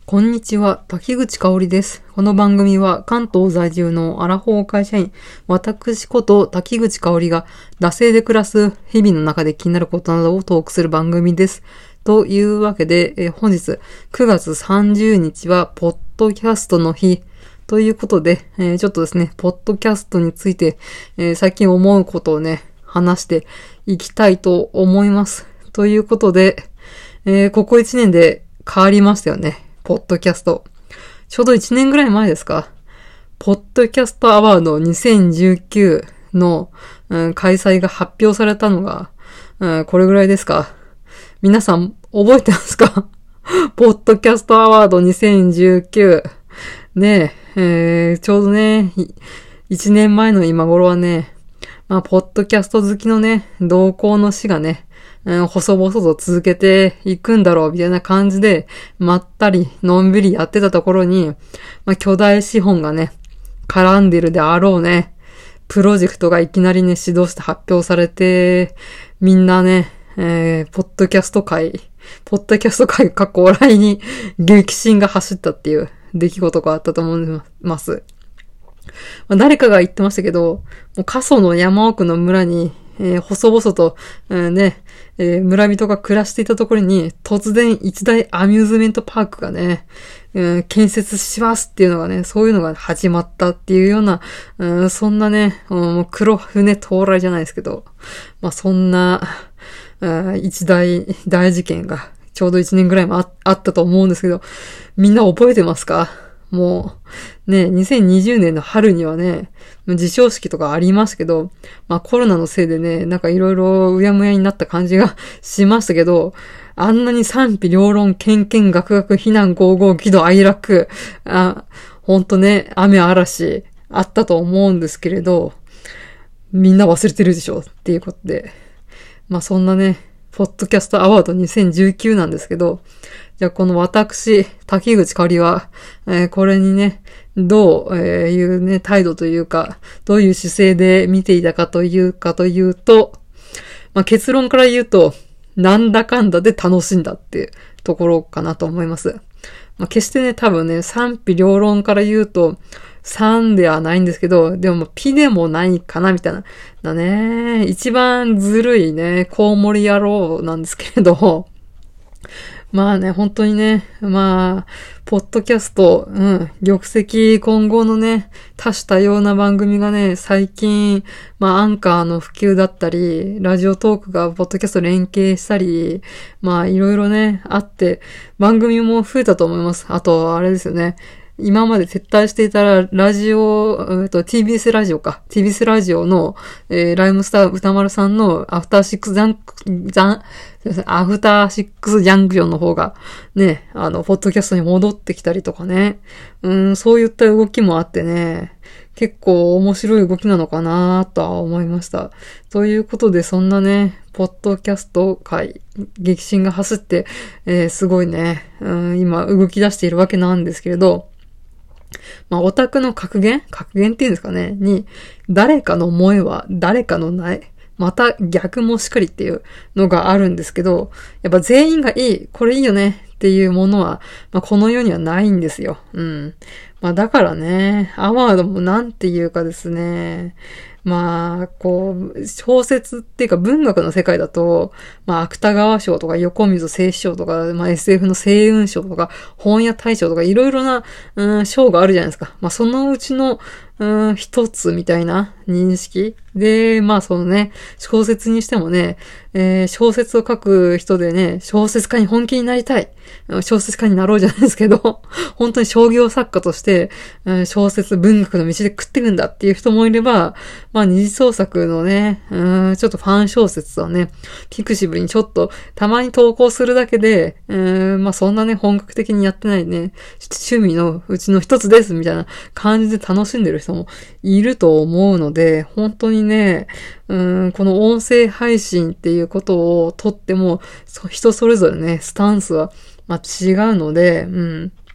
こんにちは、滝口香織です。この番組は関東在住のアラフォー会社員、私こと滝口香織が惰性で暮らす日々の中で気になることなどをトークする番組です。というわけで、本日9月30日はポッドキャストの日ということで、ちょっとですね、ポッドキャストについて、最近思うことをね、話していきたいと思います。ということで、ここ1年で変わりましたよね。ポッドキャスト。ちょうど1年ぐらい前ですか。ポッドキャストアワード2019の、開催が発表されたのが、これぐらいですか。皆さん覚えてますか？ポッドキャストアワード2019。ねちょうどね、1年前の今頃はね、ポッドキャスト好きのね、同行の死がね、細々と続けていくんだろうみたいな感じで、まったりのんびりやってたところに、巨大資本がね、絡んでるであろうね、プロジェクトがいきなりね、始動して発表されて、みんなね、ポッドキャスト界過去来に激震が走ったっていう出来事があったと思います。誰かが言ってましたけど、もう過疎の山奥の村に、細々と、村人が暮らしていたところに突然一大アミューズメントパークがね、建設しますっていうのがね、そういうのが始まったっていうような、そんなね、黒船到来じゃないですけど、そんな、一大事件がちょうど1年ぐらいもあったと思うんですけど、みんな覚えてますか？もう、ね、2020年の春にはね、授賞式とかありますけど、コロナのせいでね、なんかいろいろうやむやになった感じがしましたけど、あんなに賛否両論、けんけんがくがく、非難合々、喜怒哀楽、ほんとね、雨嵐、あったと思うんですけれど、みんな忘れてるでしょっていうことで。そんなね、ポッドキャストアワード2019なんですけど、じゃあこの私、滝口香織は、これにね、どういうね、態度というか、どういう姿勢で見ていたかというと、結論から言うと、なんだかんだで楽しんだっていうところかなと思います。決してね、多分ね、賛否両論から言うと、3ではないんですけど、でもピでもないかなみたいな。だね。一番ずるいね、コウモリ野郎なんですけれど、本当にね、ポッドキャスト、玉石混合のね、多種多様な番組がね、最近、アンカーの普及だったり、ラジオトークがポッドキャスト連携したり、いろいろね、あって、番組も増えたと思います。あと、あれですよね。今まで撤退していたラジオ、TBS ラジオか。TBS ラジオの、ライムスター歌丸さんのアフターシックスジャンクションの方がね、ポッドキャストに戻ってきたりとかね。そういった動きもあってね、結構面白い動きなのかなとは思いました。ということで、そんなね、ポッドキャスト界、激震が走って、すごいね、今動き出しているわけなんですけれど、オタクの格言っていうんですかねに、誰かの萌えは誰かの苗。また逆もしかりっていうのがあるんですけど、やっぱ全員がいい、これいいよねっていうものは、この世にはないんですよ。だからね、アワードもなんていうかですね、小説っていうか文学の世界だと、芥川賞とか横溝正史賞とか、SF の星雲賞とか、本屋大賞とかいろいろな、賞があるじゃないですか。そのうちの、一つみたいな認識で、そのね、小説にしてもね、小説を書く人でね、小説家に本気になりたい。小説家になろうじゃないですけど、本当に商業作家として、小説文学の道で食っていくんだっていう人もいれば、二次創作のね、ちょっとファン小説をね、ピクシブにちょっとたまに投稿するだけで、そんなね、本格的にやってないね、趣味のうちの一つですみたいな感じで楽しんでる人もいると思うので、本当にね、この音声配信っていうことをとっても、人それぞれね、スタンスは、違うので、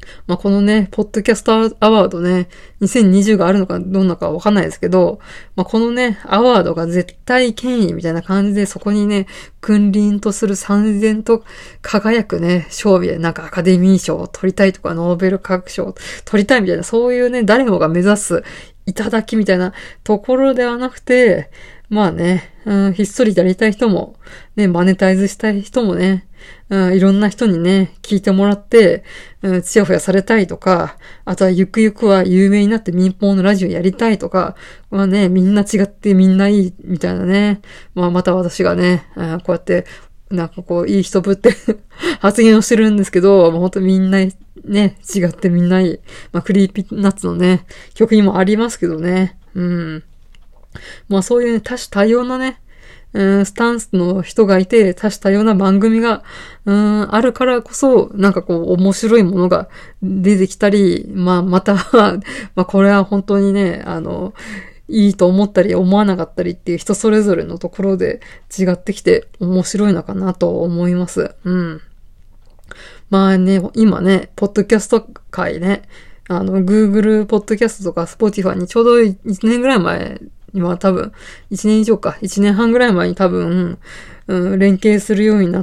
このね、ポッドキャストアワードね、2020があるのかどうなのかわかんないですけど、このね、アワードが絶対権威みたいな感じで、そこにね、君臨とする燦然と輝くね、賞で、なんかアカデミー賞を取りたいとか、ノーベル化学賞を取りたいみたいな、そういうね、誰もが目指すいただきみたいなところではなくて、ひっそりやりたい人も、ね、マネタイズしたい人もね、いろんな人にね、聞いてもらって、ちやほやされたいとか、あとはゆくゆくは有名になって民放のラジオやりたいとか、みんな違ってみんないいみたいなね。また私がね、こうやって、いい人ぶって発言をしてるんですけど、本当みんなね、違ってみんないい。クリーピーナッツのね、曲にもありますけどね。そういうね、多種多様なね、スタンスの人がいて、多種多様な番組が、あるからこそ、面白いものが出てきたり、また、これは本当にね、いいと思ったり思わなかったりっていう人それぞれのところで違ってきて面白いのかなと思います。今ね、ポッドキャスト界ね、Google ポッドキャストとか Spotify にちょうど1年ぐらい前、今多分、1年以上か、1年半ぐらい前に多分、連携するようになって、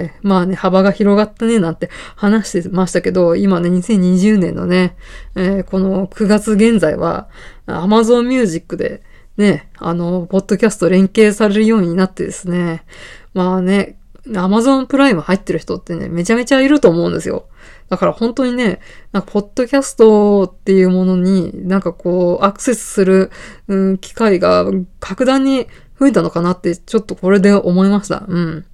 幅が広がったね、なんて話してましたけど、今ね、2020年のね、この9月現在は、Amazon Music で、ね、ポッドキャスト連携されるようになってですね、Amazon プライム入ってる人ってね、めちゃめちゃいると思うんですよ。だから本当にね、ポッドキャストっていうものにアクセスする、機会が格段に増えたのかなってちょっとこれで思いました。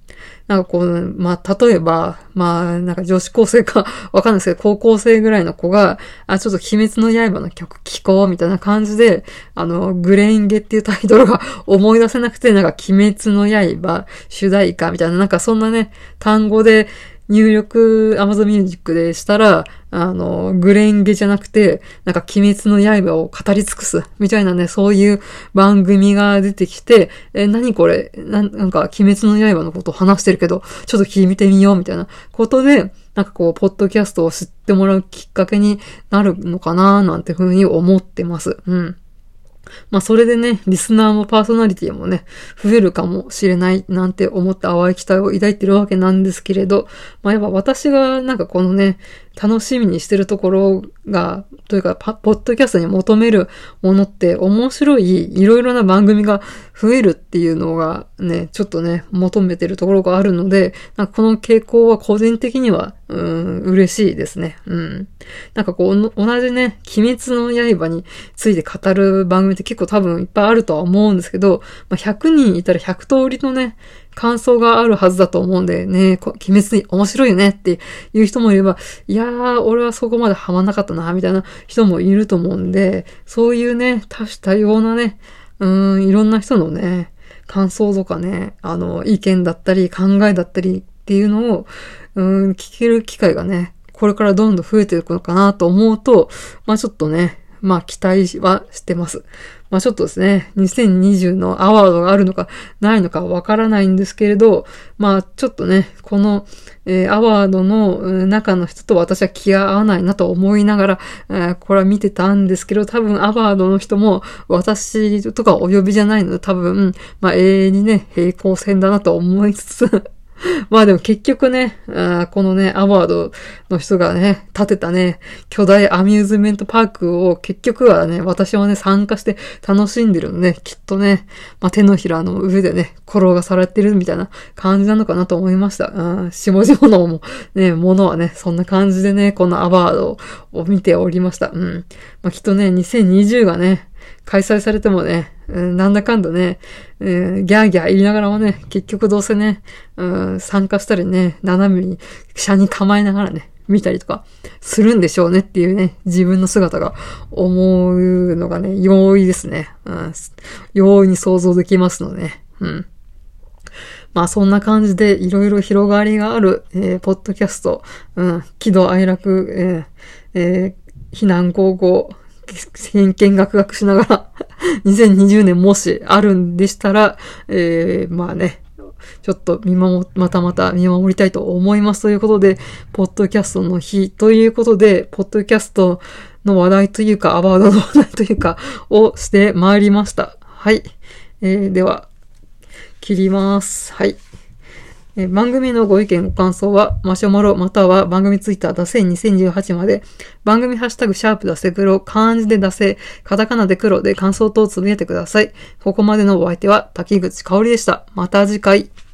例えば、女子高生かわかんないですけど、高校生ぐらいの子が、ちょっと鬼滅の刃の曲聴こうみたいな感じで、グレインゲっていうタイトルが思い出せなくて、鬼滅の刃主題歌みたいな、そんなね、単語で入力 Amazon Music でしたら、グレンゲじゃなくて、鬼滅の刃を語り尽くす、みたいなね、そういう番組が出てきて、何これ鬼滅の刃のことを話してるけど、ちょっと聞いてみよう、みたいなことで、ポッドキャストを知ってもらうきっかけになるのかな、なんてふうに思ってます。それでね、リスナーもパーソナリティもね、増えるかもしれないなんて思って淡い期待を抱いてるわけなんですけれど、やっぱ私がこのね、楽しみにしてるところが、というか、ポッドキャストに求めるものって面白い、いろいろな番組が増えるっていうのがね、ちょっとね、求めてるところがあるので、この傾向は個人的には、嬉しいですね。同じね、鬼滅の刃について語る番組って結構多分いっぱいあるとは思うんですけど、100人いたら100通りのね、感想があるはずだと思うんでね、鬼滅に面白いよねっていう人もいれば、いやー、俺はそこまでハマんなかったな、みたいな人もいると思うんで、そういうね、多種多様なね、いろんな人のね、感想とかね、意見だったり考えだったりっていうのを、聞ける機会がね、これからどんどん増えていくのかなと思うと、ちょっとね、期待はしてます。ちょっとですね、2020のアワードがあるのかないのかわからないんですけれど、ちょっとね、この、アワードの中の人と私は気が合わないなと思いながら、これは見てたんですけど、多分アワードの人も私とかお呼びじゃないので、多分、永遠にね、平行線だなと思いつつ、でも結局ね、このね、アワードの人がね、建てたね、巨大アミューズメントパークを結局はね、私はね、参加して楽しんでるのね、きっとね、手のひらの上でね、転がされてるみたいな感じなのかなと思いました。下々のものはね、そんな感じでね、このアワードを見ておりました。きっとね、2020がね、開催されてもね、なんだかんだね、ギャーギャー言いながらもね、結局どうせね、参加したりね、斜めに、車に構えながらね、見たりとかするんでしょうねっていうね、自分の姿が思うのがね、容易ですね。容易に想像できますのでね。そんな感じでいろいろ広がりがある、ポッドキャスト、喜怒哀楽、非難合々、偏見学学しながら2020年もしあるんでしたら、 ちょっとまた見守りたいと思います。ということで、ポッドキャストの日ということで、ポッドキャストの話題というか、アワードの話題というか、をしてまいりました。はい。では、切ります。はい。番組のご意見ご感想はマシュマロまたは番組ツイッターダセ2018まで番組ハッシュタグシャープダセ黒漢字でダセカタカナで黒で感想等をつぶやいてください。ここまでのお相手は滝口香織でした。また次回。